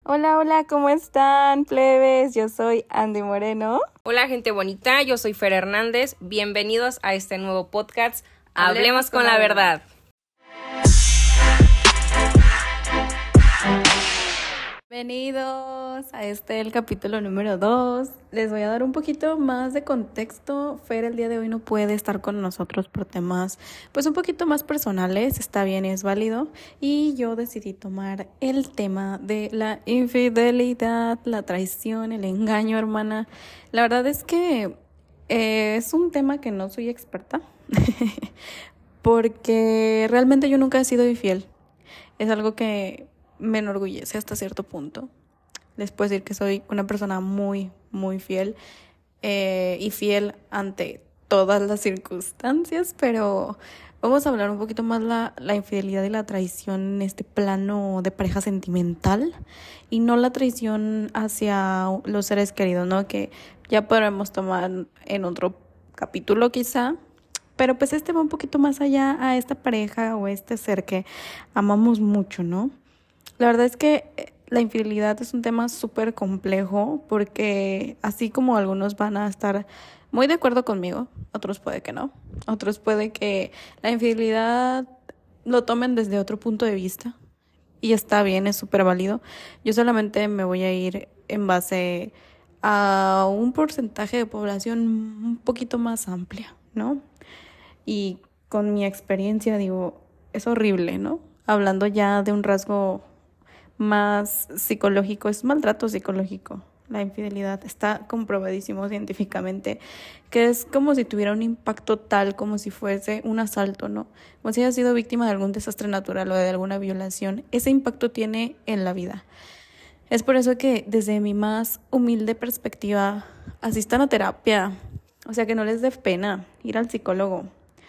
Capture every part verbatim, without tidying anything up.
Hola, hola, ¿cómo están, plebes? Yo soy Andy Moreno. Hola, gente bonita, yo soy Fer Hernández. Bienvenidos a este nuevo podcast, Hablemos, Hablemos con, con la verdad. verdad. Bienvenidos a este, el capítulo número dos. Les voy a dar un poquito más de contexto. Fer el día de hoy no puede estar con nosotros por temas pues un poquito más personales, está bien, es válido. Y yo decidí tomar el tema de la infidelidad, la traición, el engaño, hermana. La verdad es que eh, es un tema que no soy experta porque realmente yo nunca he sido infiel. Es algo que me enorgullece hasta cierto punto. Les puedo decir que soy una persona muy, muy fiel eh, y fiel ante todas las circunstancias, pero vamos a hablar un poquito más la, la infidelidad y la traición en este plano de pareja sentimental y no la traición hacia los seres queridos, ¿no? Que ya podremos tomar en otro capítulo quizá. Pero pues este va un poquito más allá a esta pareja o este ser que amamos mucho, ¿no? La verdad es que la infidelidad es un tema súper complejo porque así como algunos van a estar muy de acuerdo conmigo, otros puede que no. Otros puede que la infidelidad lo tomen desde otro punto de vista y está bien, es súper válido. Yo solamente me voy a ir en base a un porcentaje de población un poquito más amplia, ¿no? Y con mi experiencia digo, es horrible, ¿no? Hablando ya de un rasgo más psicológico, es maltrato psicológico. La infidelidad está comprobadísimo científicamente que es como si tuviera un impacto tal como si fuese un asalto, ¿no? Como si haya sido víctima de algún desastre natural o de alguna violación. Ese impacto tiene en la vida. Es por eso que desde mi más humilde perspectiva asistan a terapia. O sea, que no les dé pena ir al psicólogo.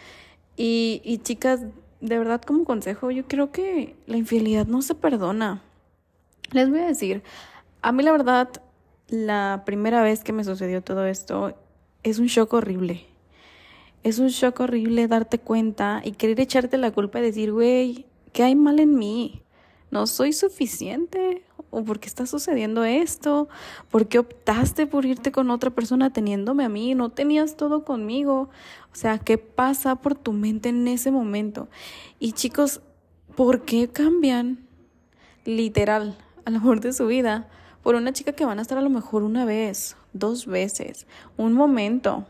Y, y chicas, de verdad como consejo, yo creo que la infidelidad no se perdona. Les voy a decir, a mí la verdad, la primera vez que me sucedió todo esto, es un shock horrible. Es un shock horrible darte cuenta y querer echarte la culpa y decir, güey, ¿qué hay mal en mí? ¿No soy suficiente? ¿O por qué está sucediendo esto? ¿Por qué optaste por irte con otra persona teniéndome a mí? ¿No tenías todo conmigo? O sea, ¿qué pasa por tu mente en ese momento? Y chicos, ¿por qué cambian? Literal, al amor de su vida, por una chica que van a estar a lo mejor una vez, dos veces, un momento.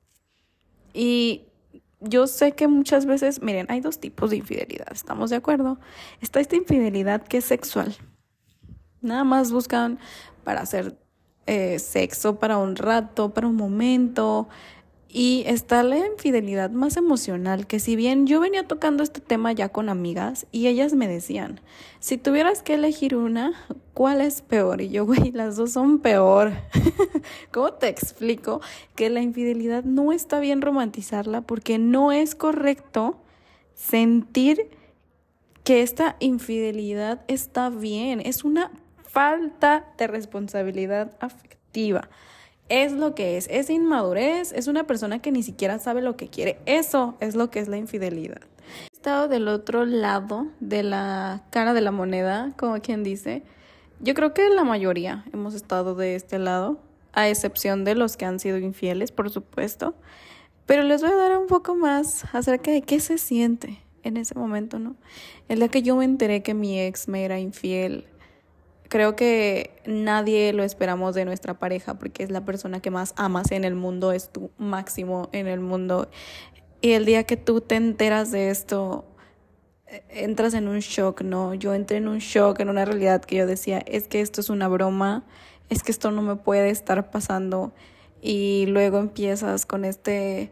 Y yo sé que muchas veces, miren, hay dos tipos de infidelidad, ¿estamos de acuerdo? Está esta infidelidad que es sexual. Nada más buscan para hacer eh, sexo para un rato, para un momento. Y está la infidelidad más emocional, que si bien yo venía tocando este tema ya con amigas y ellas me decían, si tuvieras que elegir una, ¿cuál es peor? Y yo, güey, las dos son peor. ¿Cómo te explico que la infidelidad no está bien romantizarla? Porque no es correcto sentir que esta infidelidad está bien. Es una falta de responsabilidad afectiva. Es lo que es, es inmadurez, es una persona que ni siquiera sabe lo que quiere. Eso es lo que es la infidelidad. He estado del otro lado de la cara de la moneda, como quien dice. Yo creo que la mayoría hemos estado de este lado, a excepción de los que han sido infieles, por supuesto. Pero les voy a dar un poco más acerca de qué se siente en ese momento, ¿no? El día que yo me enteré que mi ex me era infiel, creo que nadie lo esperamos de nuestra pareja porque es la persona que más amas en el mundo, es tu máximo en el mundo. Y el día que tú te enteras de esto, entras en un shock, ¿no? Yo entré en un shock, en una realidad que yo decía, es que esto es una broma, es que esto no me puede estar pasando. Y luego empiezas con este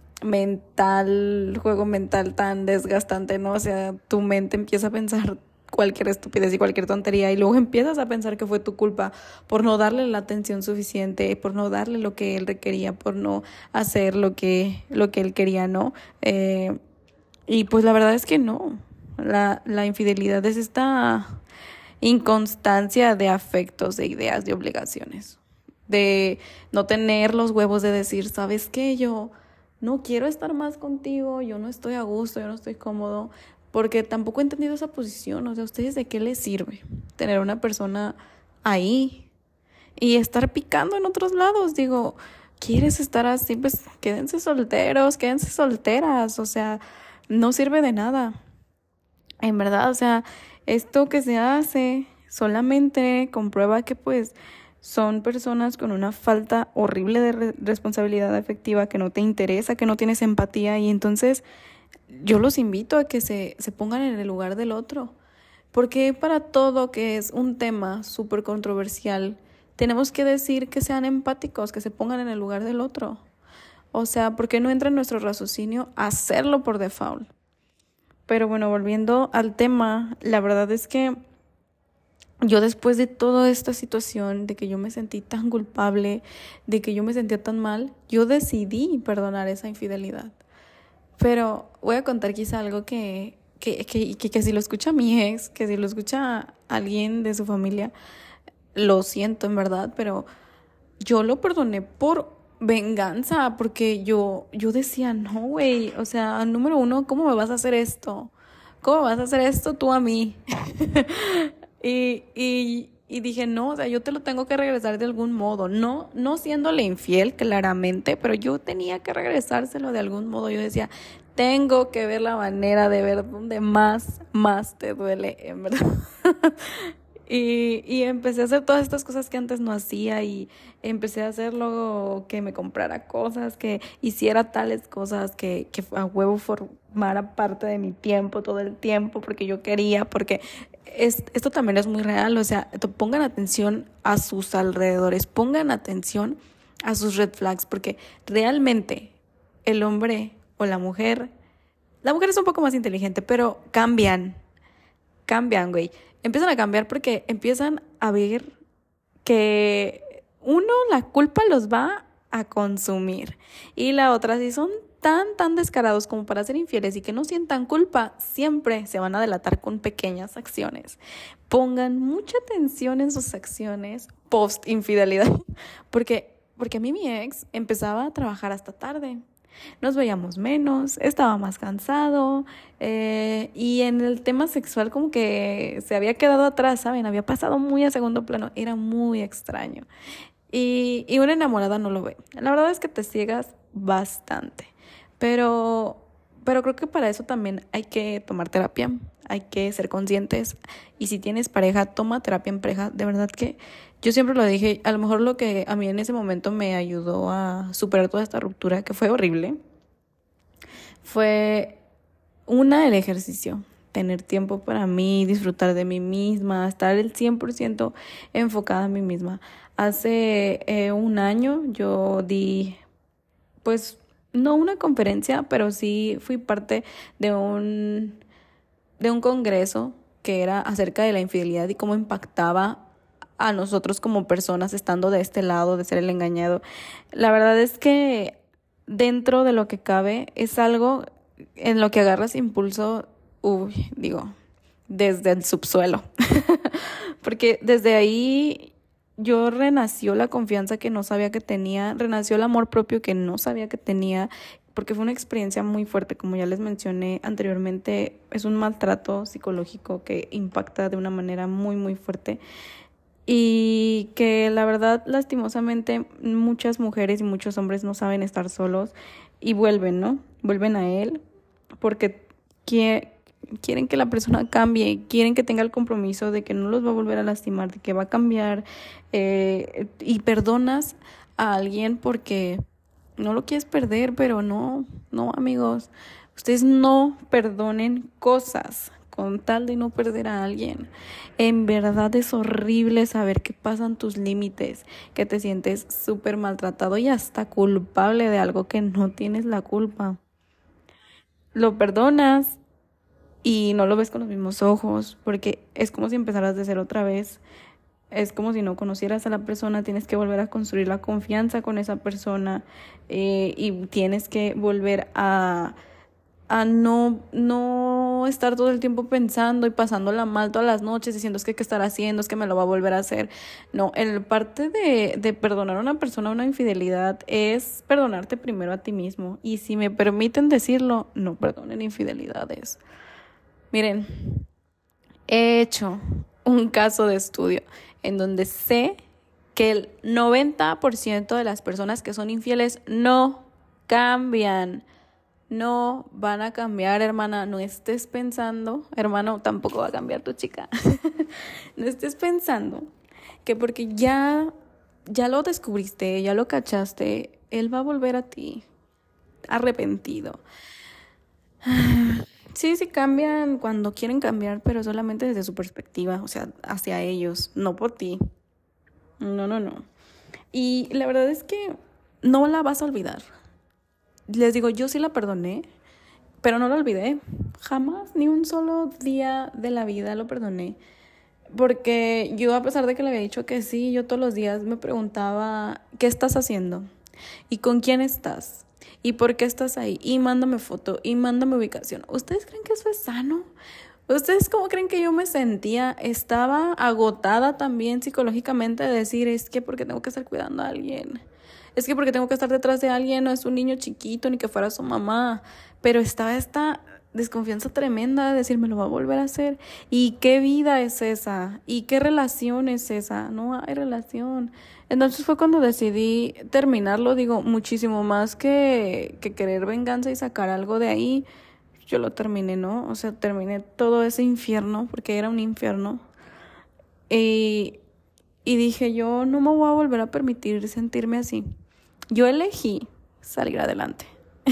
mental, juego mental tan desgastante, ¿no? O sea, tu mente empieza a pensar cualquier estupidez y cualquier tontería y luego empiezas a pensar que fue tu culpa por no darle la atención suficiente, por no darle lo que él requería, por no hacer lo que, lo que él quería, ¿no? Eh, y pues la verdad es que no. La, la infidelidad es esta inconstancia de afectos, de ideas, de obligaciones, de no tener los huevos de decir, ¿sabes qué? Yo no quiero estar más contigo, yo no estoy a gusto, yo no estoy cómodo. Porque tampoco he entendido esa posición. O sea, ¿a ustedes de qué les sirve tener una persona ahí y estar picando en otros lados. Digo, ¿quieres estar así? Pues quédense solteros, quédense solteras, o sea, no sirve de nada. En verdad, o sea, esto que se hace solamente comprueba que pues son personas con una falta horrible de re- responsabilidad afectiva, que no te interesa, que no tienes empatía, y entonces yo los invito a que se, se pongan en el lugar del otro. Porque para todo que es un tema súper controversial, tenemos que decir que sean empáticos, que se pongan en el lugar del otro. O sea, ¿por qué no entra en nuestro raciocinio hacerlo por default? Pero bueno, volviendo al tema, la verdad es que yo después de toda esta situación, de que yo me sentí tan culpable, de que yo me sentía tan mal, yo decidí perdonar esa infidelidad. Pero voy a contar quizá algo que, que, que, que, que si lo escucha mi ex, que si lo escucha alguien de su familia, lo siento en verdad, pero yo lo perdoné por venganza, porque yo, yo decía, no, güey, o sea, número uno, ¿cómo me vas a hacer esto? ¿Cómo me vas a hacer esto tú a mí? y, y, y dije, no, o sea, yo te lo tengo que regresar de algún modo, no, no siéndole infiel, claramente, pero yo tenía que regresárselo de algún modo. Yo decía, tengo que ver la manera de ver dónde más, más te duele, en verdad. Y, y empecé a hacer todas estas cosas que antes no hacía, y empecé a hacerlo, que me comprara cosas, que hiciera tales cosas, que, que a huevo formara parte de mi tiempo todo el tiempo, porque yo quería, porque es, esto también es muy real. O sea, to- pongan atención a sus alrededores, pongan atención a sus red flags, porque realmente el hombre o la mujer, la mujer es un poco más inteligente, pero cambian. Cambian, güey. Empiezan a cambiar porque empiezan a ver que uno, la culpa los va a consumir. Y la otra, si son tan, tan descarados como para ser infieles y que no sientan culpa, siempre se van a delatar con pequeñas acciones. Pongan mucha atención en sus acciones post infidelidad. Porque, porque a mí mi ex empezaba a trabajar hasta tarde. Nos veíamos menos, estaba más cansado, eh, y en el tema sexual como que se había quedado atrás, ¿saben? Había pasado muy a segundo plano, era muy extraño. Y, y una enamorada no lo ve. La verdad es que te ciegas bastante, pero, pero creo que para eso también hay que tomar terapia, hay que ser conscientes, y si tienes pareja, toma terapia en pareja. De verdad que yo siempre lo dije, a lo mejor lo que a mí en ese momento me ayudó a superar toda esta ruptura, que fue horrible, fue una, el ejercicio, tener tiempo para mí, disfrutar de mí misma, estar el cien por ciento enfocada en mí misma. Hace eh, un año yo di, pues, no una conferencia, pero sí fui parte de un, de un congreso que era acerca de la infidelidad y cómo impactaba a nosotros como personas estando de este lado, de ser el engañado. La verdad es que dentro de lo que cabe es algo en lo que agarras impulso, uy, digo, desde el subsuelo. Porque desde ahí yo renació la confianza que no sabía que tenía, renació el amor propio que no sabía que tenía, porque fue una experiencia muy fuerte, como ya les mencioné anteriormente. Es un maltrato psicológico que impacta de una manera muy, muy fuerte. Y que la verdad, lastimosamente, muchas mujeres y muchos hombres no saben estar solos y vuelven, ¿no? Vuelven a él porque quie- quieren que la persona cambie, quieren que tenga el compromiso de que no los va a volver a lastimar, de que va a cambiar, eh, y perdonas a alguien porque no lo quieres perder, pero no, no, amigos, ustedes no perdonen cosas con tal de no perder a alguien. En verdad es horrible saber que pasan tus límites, que te sientes súper maltratado y hasta culpable de algo que no tienes la culpa. Lo perdonas y no lo ves con los mismos ojos, porque es como si empezaras de cero otra vez. Es como si no conocieras a la persona, tienes que volver a construir la confianza con esa persona, eh, y tienes que volver a a no, no estar todo el tiempo pensando y pasándola mal todas las noches, diciendo es que qué estar haciendo, es que me lo va a volver a hacer. No, el parte de, de perdonar a una persona una infidelidad es perdonarte primero a ti mismo. Y si me permiten decirlo, no perdonen infidelidades. Miren, he hecho un caso de estudio en donde sé que el noventa por ciento de las personas que son infieles no cambian. No van a cambiar, hermana. No estés pensando, hermano, tampoco va a cambiar tu chica. No estés pensando que porque ya, ya lo descubriste, ya lo cachaste, él va a volver a ti arrepentido. Sí, sí cambian cuando quieren cambiar, pero solamente desde su perspectiva, o sea, hacia ellos, no por ti. No, no, no. Y la verdad es que no la vas a olvidar. Les digo, yo sí la perdoné, pero no la olvidé. Jamás, ni un solo día de la vida lo perdoné. Porque yo, a pesar de que le había dicho que sí, yo todos los días me preguntaba, ¿qué estás haciendo? ¿Y con quién estás? ¿Y por qué estás ahí? Y mándame foto, y mándame ubicación. ¿Ustedes creen que eso es sano? ¿Ustedes cómo creen que yo me sentía? Estaba agotada también psicológicamente de decir, es que porque tengo que estar cuidando a alguien. Es que porque tengo que estar detrás de alguien, no es un niño chiquito, ni que fuera su mamá. Pero estaba esta desconfianza tremenda de decir, me lo va a volver a hacer. ¿Y qué vida es esa? ¿Y qué relación es esa? No hay relación. Entonces fue cuando decidí terminarlo, digo, muchísimo más que, que querer venganza y sacar algo de ahí. Yo lo terminé, ¿no? O sea, terminé todo ese infierno, porque era un infierno. Y, y dije, yo no me voy a volver a permitir sentirme así. Yo elegí salir adelante.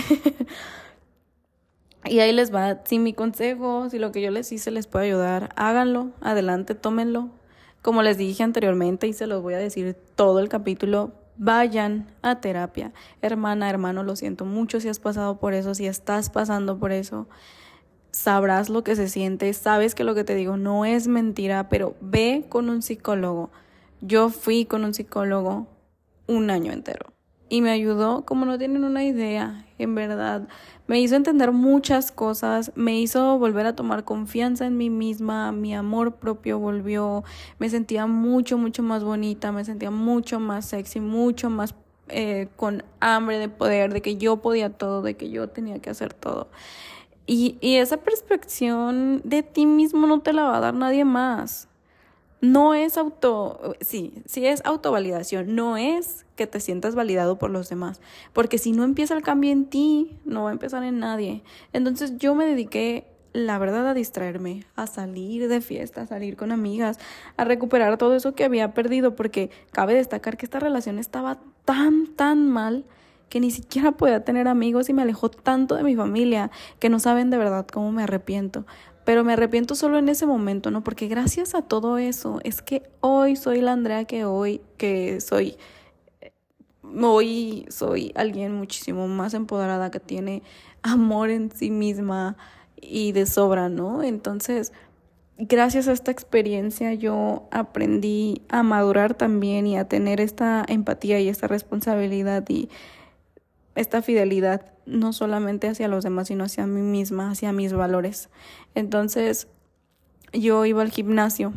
Y ahí les va, si mi consejo, si lo que yo les hice les puede ayudar, háganlo, adelante, tómenlo. Como les dije anteriormente y se los voy a decir todo el capítulo, vayan a terapia. Hermana, hermano, lo siento mucho si has pasado por eso, si estás pasando por eso. Sabrás lo que se siente, sabes que lo que te digo no es mentira, pero ve con un psicólogo. Yo fui con un psicólogo un año entero y me ayudó como no tienen una idea, en verdad. Me hizo entender muchas cosas, me hizo volver a tomar confianza en mí misma, mi amor propio volvió, me sentía mucho, mucho más bonita, me sentía mucho más sexy, mucho más eh, con hambre de poder, de que yo podía todo, de que yo tenía que hacer todo. Y, y esa perspección de ti mismo no te la va a dar nadie más. No es auto, sí, sí es autovalidación, no es que te sientas validado por los demás, porque si no empieza el cambio en ti, no va a empezar en nadie. Entonces yo me dediqué, la verdad, a distraerme, a salir de fiesta, a salir con amigas, a recuperar todo eso que había perdido, porque cabe destacar que esta relación estaba tan, tan mal que ni siquiera podía tener amigos y me alejó tanto de mi familia que no saben de verdad cómo me arrepiento. Pero me arrepiento solo en ese momento, ¿no? Porque gracias a todo eso es que hoy soy la Andrea que hoy, que soy, hoy soy alguien muchísimo más empoderada, que tiene amor en sí misma y de sobra, ¿no? Entonces, gracias a esta experiencia yo aprendí a madurar también y a tener esta empatía y esta responsabilidad y esta fidelidad, no solamente hacia los demás, sino hacia mí misma, hacia mis valores. Entonces, yo iba al gimnasio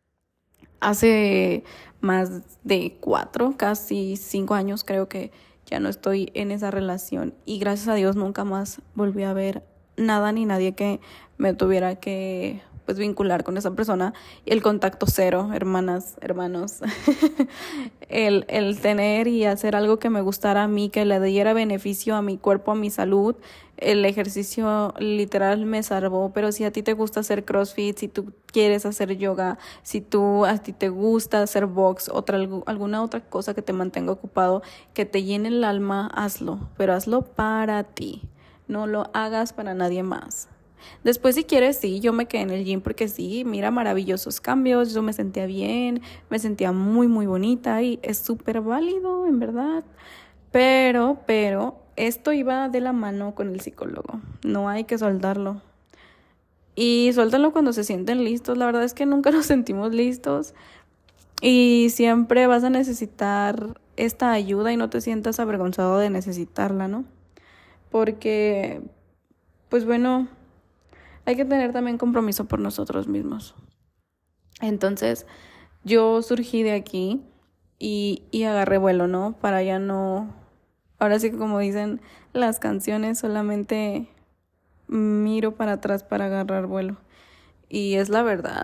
hace más de cuatro, casi cinco años, creo que ya no estoy en esa relación. Y gracias a Dios nunca más volví a ver nada ni nadie que me tuviera que pues vincular con esa persona. El contacto cero, hermanas, hermanos. el, el tener y hacer algo que me gustara a mí, que le diera beneficio a mi cuerpo, a mi salud. El ejercicio literal me salvó, pero si a ti te gusta hacer CrossFit, si tú quieres hacer yoga, si tú a ti te gusta hacer box, otra alguna otra cosa que te mantenga ocupado, que te llene el alma, hazlo, pero hazlo para ti. No lo hagas para nadie más. Después, si quieres, sí, yo me quedé en el gym porque sí, mira, maravillosos cambios, yo me sentía bien, me sentía muy, muy bonita y es súper válido, en verdad. Pero, pero, esto iba de la mano con el psicólogo, no hay que soltarlo. Y suéltalo cuando se sienten listos, la verdad es que nunca nos sentimos listos y siempre vas a necesitar esta ayuda y no te sientas avergonzado de necesitarla, ¿no? Porque, pues bueno, hay que tener también compromiso por nosotros mismos. Entonces, yo surgí de aquí y, y agarré vuelo, ¿no? Para ya no... Ahora sí que como dicen las canciones, solamente miro para atrás para agarrar vuelo. Y es la verdad.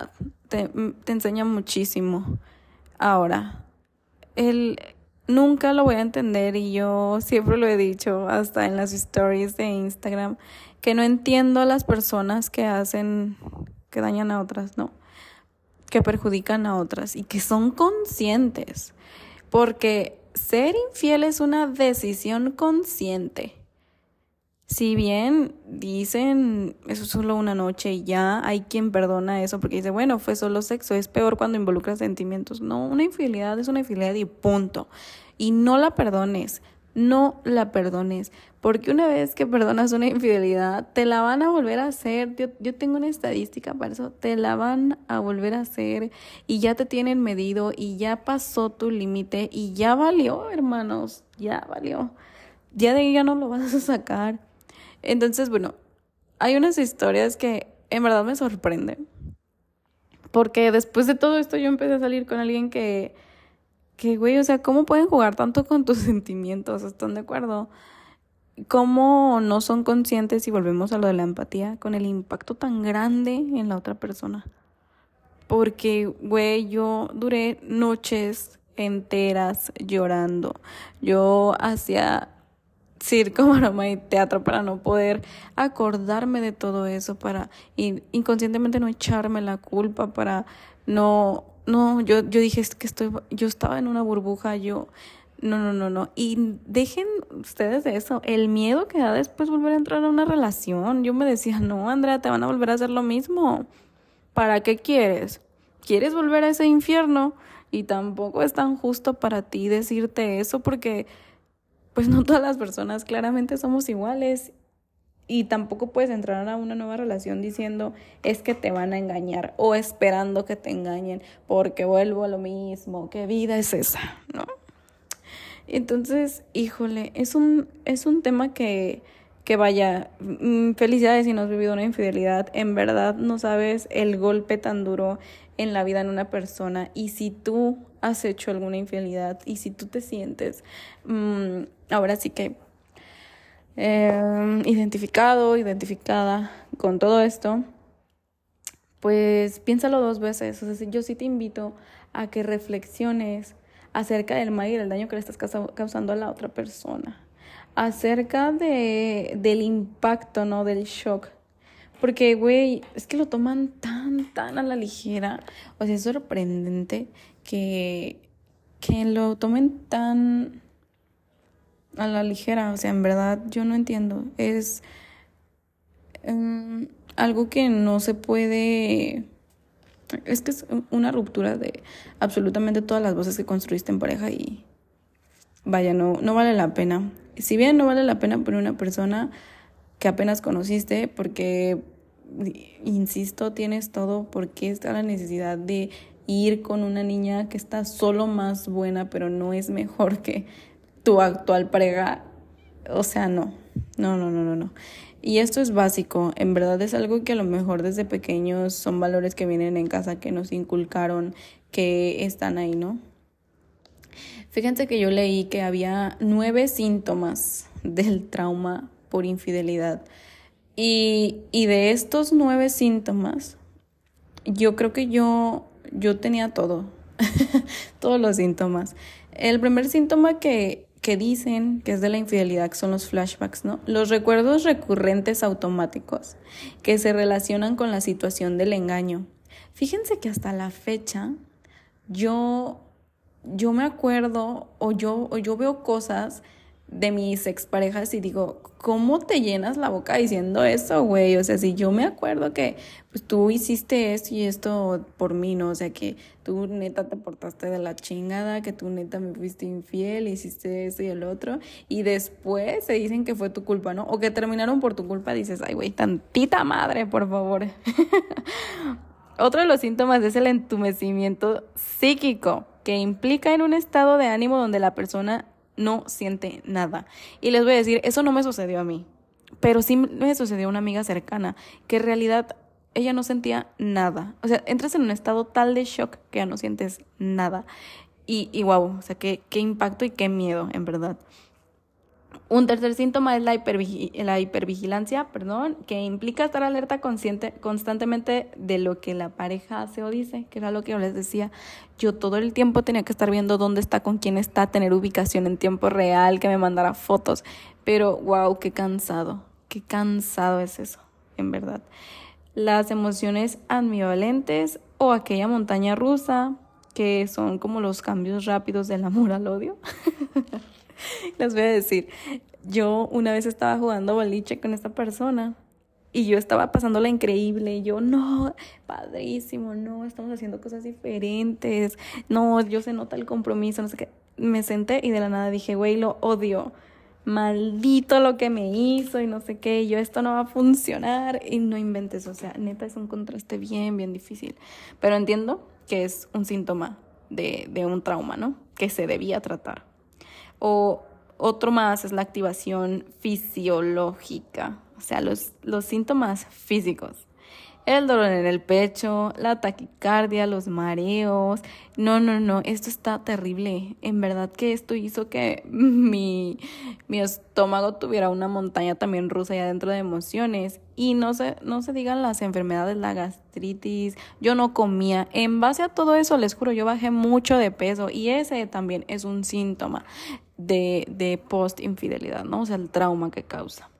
te, te enseña muchísimo. Ahora, el nunca lo voy a entender y yo siempre lo he dicho, hasta en las stories de Instagram, que no entiendo a las personas que hacen, que dañan a otras, ¿no? Que perjudican a otras y que son conscientes, porque ser infiel es una decisión consciente. Si bien dicen eso es solo una noche y ya, hay quien perdona eso porque dice, bueno, fue solo sexo, es peor cuando involucra sentimientos. No, una infidelidad es una infidelidad y punto. Y no la perdones, no la perdones, porque una vez que perdonas una infidelidad, te la van a volver a hacer. Yo, yo tengo una estadística para eso, te la van a volver a hacer y ya te tienen medido y ya pasó tu límite y ya valió, hermanos, ya valió. Ya de ahí ya no lo vas a sacar. Entonces, bueno, hay unas historias que en verdad me sorprenden. Porque después de todo esto yo empecé a salir con alguien que, que güey, o sea, ¿cómo pueden jugar tanto con tus sentimientos? ¿Están de acuerdo? ¿Cómo no son conscientes, y volvemos a lo de la empatía, con el impacto tan grande en la otra persona? Porque, güey, yo duré noches enteras llorando. Yo hacía circo, maroma y teatro para no poder acordarme de todo eso, para inconscientemente no echarme la culpa, para no, no, yo, yo dije es que estoy, yo estaba en una burbuja, yo, no, no, no, no, y dejen ustedes de eso, el miedo que da después volver a entrar a una relación. Yo me decía, no, Andrea, te van a volver a hacer lo mismo, ¿para qué quieres? ¿Quieres volver a ese infierno? Y tampoco es tan justo para ti decirte eso, porque pues no todas las personas claramente somos iguales y tampoco puedes entrar a una nueva relación diciendo es que te van a engañar o esperando que te engañen porque vuelvo a lo mismo, ¿qué vida es esa? ¿No? Entonces, híjole, es un, es un tema que, que vaya, felicidades si no has vivido una infidelidad, en verdad no sabes el golpe tan duro en la vida en una persona, y si tú has hecho alguna infidelidad y si tú te sientes mmm, ahora sí que eh, identificado, identificada con todo esto, pues piénsalo dos veces. O sea, yo sí te invito a que reflexiones acerca del mal y del daño que le estás causando a la otra persona, acerca de, del impacto, ¿no? Del shock. Porque, güey, es que lo toman tan, tan a la ligera. O sea, es sorprendente que, que lo tomen tan a la ligera. O sea, en verdad, yo no entiendo. Es um, algo que no se puede... Es que es una ruptura de absolutamente todas las voces que construiste en pareja y... Vaya, no, no vale la pena. Si bien no vale la pena por una persona que apenas conociste, porque, insisto, tienes todo, porque está la necesidad de ir con una niña que está solo más buena, pero no es mejor que tu actual pareja. O sea, no, no, no, no, no, no. Y esto es básico, en verdad es algo que a lo mejor desde pequeños son valores que vienen en casa, que nos inculcaron, que están ahí, ¿no? Fíjense que yo leí que había nueve síntomas del trauma por infidelidad. Y, y de estos nueve síntomas, yo creo que yo, yo tenía todo, todos los síntomas. El primer síntoma que, que dicen que es de la infidelidad son los flashbacks, ¿no? Los recuerdos recurrentes automáticos que se relacionan con la situación del engaño. Fíjense que hasta la fecha yo... yo me acuerdo o yo, o yo veo cosas de mis exparejas y digo, ¿cómo te llenas la boca diciendo eso, güey? O sea, si yo me acuerdo que pues tú hiciste esto y esto por mí, ¿no? O sea, que tú neta te portaste de la chingada, que tú neta me fuiste infiel, hiciste esto y el otro, y después se dicen que fue tu culpa, ¿no? O que terminaron por tu culpa, dices, ay, güey, tantita madre, por favor. Otro de los síntomas es el entumecimiento psíquico, que implica en un estado de ánimo donde la persona no siente nada. Y les voy a decir, eso no me sucedió a mí, pero sí me sucedió a una amiga cercana, que en realidad ella no sentía nada. O sea, entras en un estado tal de shock que ya no sientes nada. Y, y wow, o sea, qué, qué impacto y qué miedo, en verdad. Un tercer síntoma es la, hipervigi- la hipervigilancia, perdón, que implica estar alerta consciente, constantemente de lo que la pareja hace o dice, que era lo que yo les decía. Yo todo el tiempo tenía que estar viendo dónde está, con quién está, tener ubicación en tiempo real, que me mandara fotos. Pero, wow, qué cansado, qué cansado es eso, en verdad. Las emociones ambivalentes o aquella montaña rusa, que son como los cambios rápidos del amor al odio. Les voy a decir, yo una vez estaba jugando boliche con esta persona y yo estaba pasándola increíble y yo, no, padrísimo, no, estamos haciendo cosas diferentes, no, yo se nota el compromiso, no sé qué. Me senté y de la nada dije, güey, lo odio, maldito lo que me hizo y no sé qué, y yo, esto no va a funcionar y no inventes, o sea, neta es un contraste bien, bien difícil, pero entiendo que es un síntoma de, de un trauma, ¿no? Que se debía tratar. O otro más es la activación fisiológica, o sea, los, los síntomas físicos. El dolor en el pecho, la taquicardia, los mareos. No, no, no, esto está terrible. En verdad que esto hizo que mi, mi estómago tuviera una montaña también rusa allá dentro de emociones. Y no se, no se digan las enfermedades, la gastritis. Yo no comía. En base a todo eso, les juro, yo bajé mucho de peso. Y ese también es un síntoma de, de post-infidelidad, ¿no? O sea, el trauma que causa.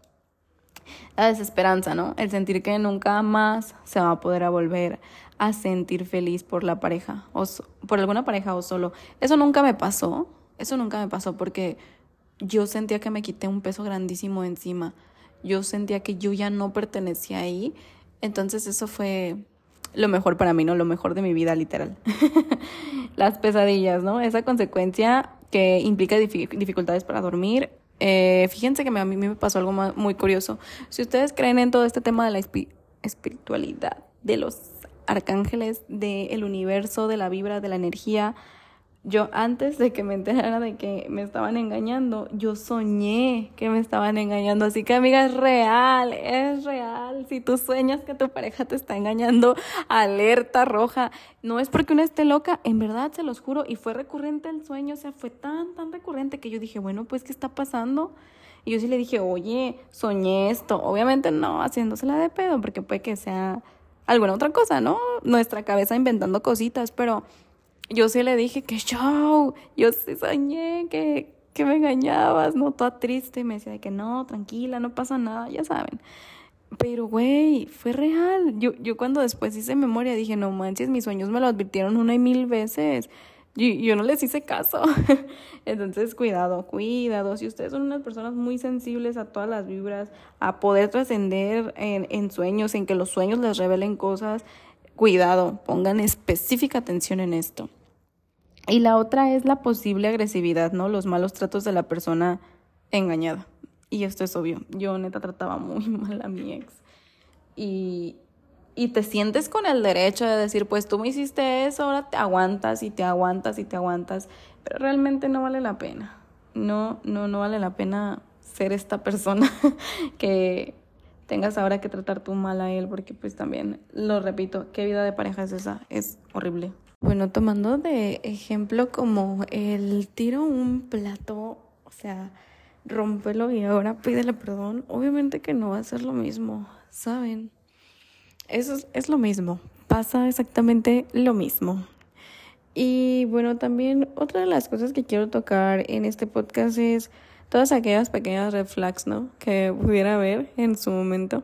La desesperanza, ¿no? El sentir que nunca más se va a poder volver a sentir feliz por la pareja, o so, por alguna pareja o solo. Eso nunca me pasó, eso nunca me pasó porque yo sentía que me quité un peso grandísimo encima. Yo sentía que yo ya no pertenecía ahí. Entonces eso fue lo mejor para mí, ¿no? Lo mejor de mi vida, literal. Las pesadillas, ¿no? Esa consecuencia que implica dif- dificultades para dormir. Eh, fíjense que me, a mí me pasó algo muy curioso. Si ustedes creen en todo este tema de la espi- espiritualidad, de los arcángeles, del universo, de la vibra, de la energía, yo antes de que me enterara de que me estaban engañando, yo soñé que me estaban engañando. Así que, amiga, es real, es real. Si tú sueñas que tu pareja te está engañando, alerta roja. No es porque una esté loca, en verdad, se los juro. Y fue recurrente el sueño, o sea, fue tan, tan recurrente que yo dije, bueno, pues, ¿qué está pasando? Y yo sí le dije, oye, soñé esto. Obviamente no haciéndosela de pedo, porque puede que sea alguna otra cosa, ¿no? Nuestra cabeza inventando cositas, pero yo sí le dije que show, yo sí soñé que, que me engañabas, ¿no? Toda triste, me decía de que no, tranquila, no pasa nada, ya saben. Pero, güey, fue real. Yo, yo cuando después hice memoria dije, no manches, mis sueños me lo advirtieron una y mil veces. Yo, yo no les hice caso. Entonces, cuidado, cuidado. Si ustedes son unas personas muy sensibles a todas las vibras, a poder trascender en, en sueños, en que los sueños les revelen cosas, cuidado, pongan específica atención en esto. Y la otra es la posible agresividad, ¿no? Los malos tratos de la persona engañada. Y esto es obvio. Yo neta trataba muy mal a mi ex. Y, y te sientes con el derecho de decir, pues tú me hiciste eso, ahora te aguantas y te aguantas y te aguantas. Pero realmente no vale la pena. No, no, no vale la pena ser esta persona que tengas ahora que tratar tú mal a él. Porque pues también, lo repito, ¿qué vida de pareja es esa? Es horrible. Bueno, tomando de ejemplo como el tiro un plato, o sea, rómpelo y ahora pídele perdón, obviamente que no va a ser lo mismo, ¿saben? Eso es, es lo mismo, pasa exactamente lo mismo. Y bueno, también otra de las cosas que quiero tocar en este podcast es todas aquellas pequeñas red flags, ¿no? Que pudiera haber en su momento.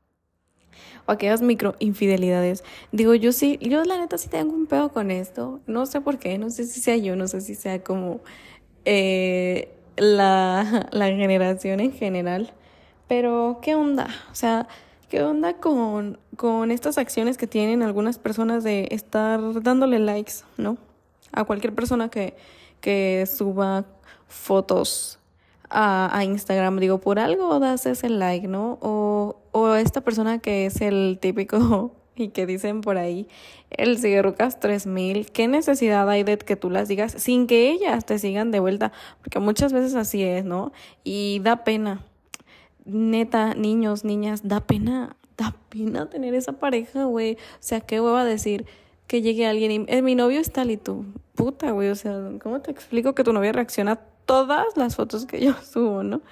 O aquellas micro infidelidades. Digo, yo sí, yo la neta sí tengo un pedo con esto. No sé por qué, no sé si sea yo, no sé si sea como eh, la, la generación en general. Pero, ¿qué onda? O sea, ¿qué onda con, con estas acciones que tienen algunas personas de estar dándole likes, ¿no? A cualquier persona que, que suba fotos A, a Instagram, digo, por algo das ese like, ¿no? O, o esta persona que es el típico y que dicen por ahí, el Siguerucas tres mil, ¿qué necesidad hay de que tú las digas sin que ellas te sigan de vuelta? Porque muchas veces así es, ¿no? Y da pena, neta, niños, niñas, da pena, da pena tener esa pareja, güey. O sea, ¿qué hueva decir que llegue alguien y eh, mi novio es tal y tú? Puta, güey, o sea, ¿cómo te explico que tu novia reacciona a todas las fotos que yo subo, no?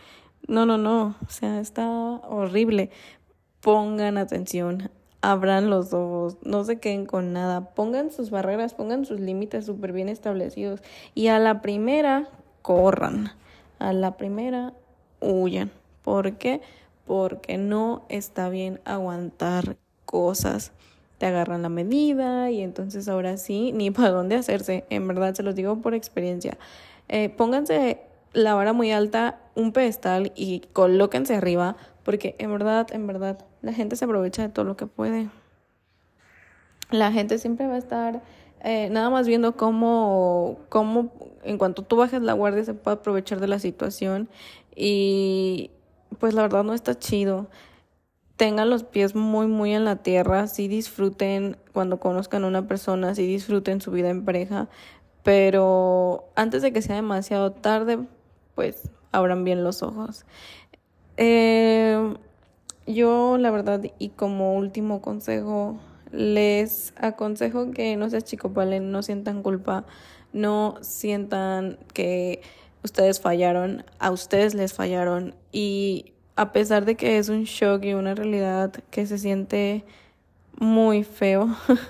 No, no, no. O sea, está horrible. Pongan atención. Abran los ojos. No se queden con nada. Pongan sus barreras, pongan sus límites súper bien establecidos. Y a la primera, corran. A la primera, huyan. ¿Por qué? Porque no está bien aguantar cosas. Te agarran la medida y entonces ahora sí, ni para dónde hacerse. En verdad, se los digo por experiencia. Eh, pónganse la vara muy alta, un pedestal y colóquense arriba, porque en verdad, en verdad, la gente se aprovecha de todo lo que puede. La gente siempre va a estar eh, nada más viendo cómo, cómo en cuanto tú bajes la guardia se puede aprovechar de la situación y pues la verdad no está chido. Tengan los pies muy, muy en la tierra, sí disfruten cuando conozcan a una persona, sí disfruten su vida en pareja, pero antes de que sea demasiado tarde, pues abran bien los ojos. Eh, yo, la verdad, y como último consejo, les aconsejo que no se achicopalen, no sientan culpa, no sientan que ustedes fallaron, a ustedes les fallaron y a pesar de que es un shock y una realidad que se siente muy feo,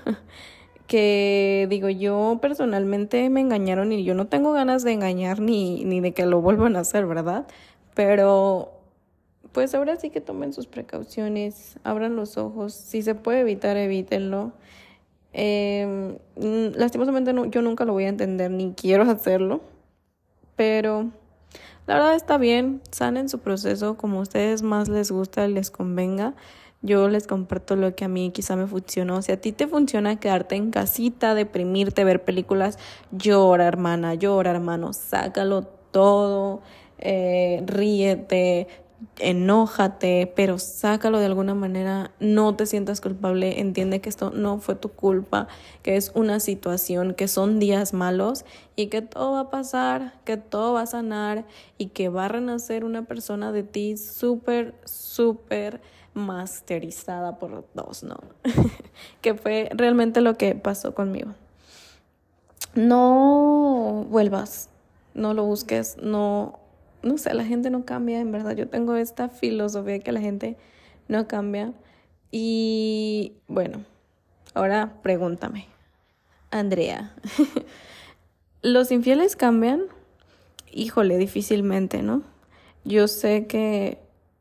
que digo yo personalmente me engañaron y yo no tengo ganas de engañar ni, ni de que lo vuelvan a hacer, ¿verdad? Pero pues ahora sí que tomen sus precauciones, abran los ojos, si se puede evitar, evítenlo. Eh, lastimosamente no, yo nunca lo voy a entender ni quiero hacerlo, pero la verdad está bien, sanen su proceso como a ustedes más les gusta, les convenga. Yo les comparto lo que a mí quizá me funcionó. Si a ti te funciona quedarte en casita, deprimirte, ver películas, llora, hermana, llora, hermano, sácalo todo, eh, ríete, enójate, pero sácalo de alguna manera, no te sientas culpable, entiende que esto no fue tu culpa, que es una situación, que son días malos y que todo va a pasar, que todo va a sanar y que va a renacer una persona de ti súper, súper masterizada por dos, ¿no? Que fue realmente lo que pasó conmigo. No vuelvas, no lo busques, no, no sé, la gente no cambia, en verdad. Yo tengo esta filosofía que la gente no cambia. Y bueno, ahora pregúntame, Andrea, ¿los infieles cambian? Híjole, difícilmente, ¿no? Yo sé que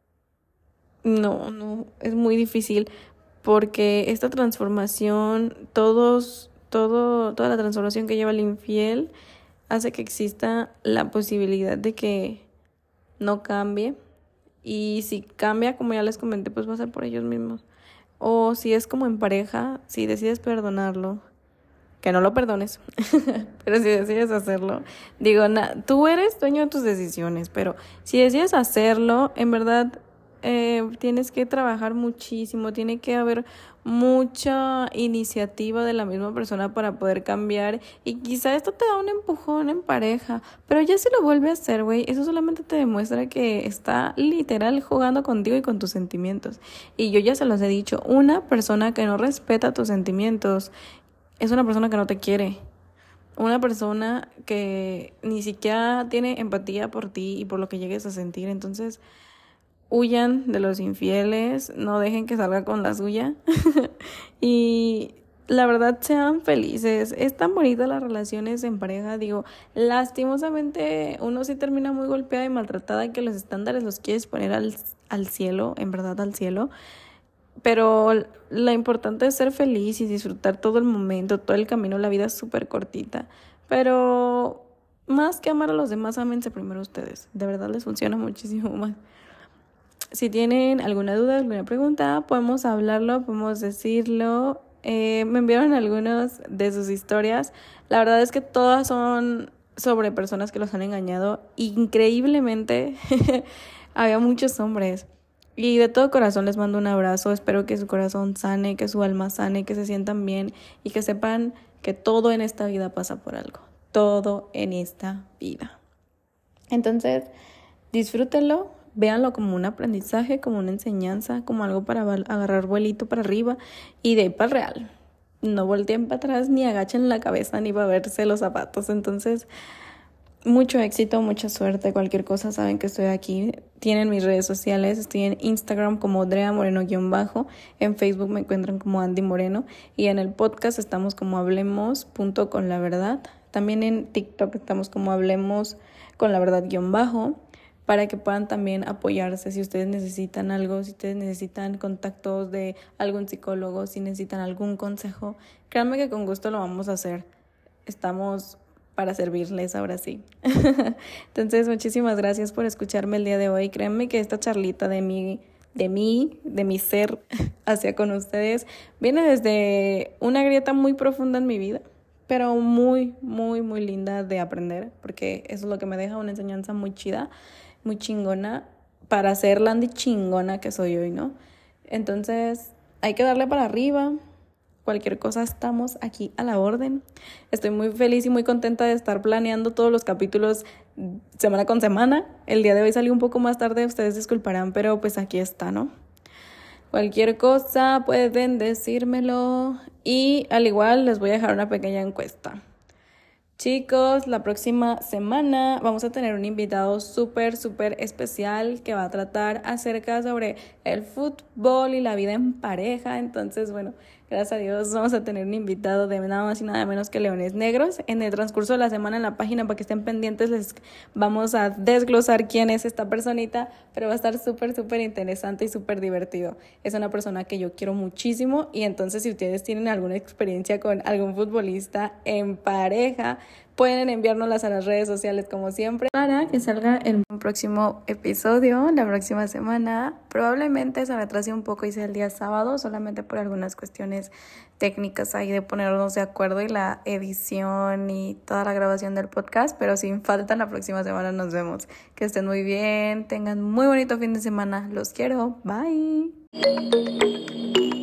no, no, es muy difícil porque esta transformación, todos, todo, toda la transformación que lleva el infiel hace que exista la posibilidad de que no cambie. Y si cambia, como ya les comenté, pues va a ser por ellos mismos. O si es como en pareja, si decides perdonarlo, que no lo perdones, pero si decides hacerlo, digo, na, tú eres dueño de tus decisiones, pero si decides hacerlo, en verdad eh, tienes que trabajar muchísimo, tiene que haber mucha iniciativa de la misma persona para poder cambiar y quizá esto te da un empujón en pareja, pero ya si lo vuelve a hacer, güey, eso solamente te demuestra que está literal jugando contigo y con tus sentimientos. Y yo ya se los he dicho, una persona que no respeta tus sentimientos es una persona que no te quiere. Una persona que ni siquiera tiene empatía por ti y por lo que llegues a sentir. Entonces, huyan de los infieles, no dejen que salga con la suya. Y la verdad, sean felices. Es tan bonita las relaciones en pareja. Digo, lastimosamente uno sí termina muy golpeada y maltratada, que los estándares los quieres poner al, al cielo, en verdad al cielo. Pero lo importante es ser feliz y disfrutar todo el momento, todo el camino. La vida es súper cortita. Pero más que amar a los demás, ámense primero ustedes. De verdad les funciona muchísimo más. Si tienen alguna duda, alguna pregunta, podemos hablarlo, podemos decirlo. Eh, me enviaron algunas de sus historias. La verdad es que todas son sobre personas que los han engañado. Increíblemente, había muchos hombres. Y de todo corazón les mando un abrazo. Espero que su corazón sane, que su alma sane, que se sientan bien y que sepan que todo en esta vida pasa por algo. Todo en esta vida. Entonces, disfrútenlo, véanlo como un aprendizaje, como una enseñanza, como algo para agarrar vuelito para arriba y de ahí para el real. No volteen para atrás, ni agachen la cabeza, ni para verse los zapatos. Entonces, mucho éxito, mucha suerte, cualquier cosa saben que estoy aquí. Tienen mis redes sociales, estoy en Instagram como Drea Moreno-bajo, en Facebook me encuentran como Andy Moreno y en el podcast estamos como hablemos punto con la verdad. También en TikTok estamos como hablemos con la verdad-bajo para que puedan también apoyarse si ustedes necesitan algo, si ustedes necesitan contactos de algún psicólogo, si necesitan algún consejo. Créanme que con gusto lo vamos a hacer. Estamos para servirles ahora sí. Entonces, muchísimas gracias por escucharme el día de hoy. Créanme que esta charlita de mí, de mí, de mi ser hacia con ustedes, viene desde una grieta muy profunda en mi vida, pero muy, muy, muy linda de aprender, porque eso es lo que me deja una enseñanza muy chida, muy chingona, para ser la Andy chingona que soy hoy, ¿no? Entonces, hay que darle para arriba. Cualquier cosa estamos aquí a la orden. Estoy muy feliz y muy contenta de estar planeando todos los capítulos semana con semana. El día de hoy salió un poco más tarde, ustedes disculparán, pero pues aquí está, ¿no? Cualquier cosa pueden decírmelo. Y al igual les voy a dejar una pequeña encuesta. Chicos, la próxima semana vamos a tener un invitado súper, súper especial que va a tratar acerca sobre el fútbol y la vida en pareja. Entonces, bueno, gracias a Dios vamos a tener un invitado de nada más y nada menos que Leones Negros. En el transcurso de la semana en la página, para que estén pendientes, les vamos a desglosar quién es esta personita, pero va a estar súper, súper interesante y súper divertido. Es una persona que yo quiero muchísimo y entonces si ustedes tienen alguna experiencia con algún futbolista en pareja, pueden enviárnoslas a las redes sociales como siempre para que salga el próximo episodio la próxima semana. Probablemente se retrase un poco y sea el día sábado, solamente por algunas cuestiones técnicas ahí de ponernos de acuerdo y la edición y toda la grabación del podcast, pero sin falta la próxima semana nos vemos. Que estén muy bien, tengan muy bonito fin de semana, los quiero, bye.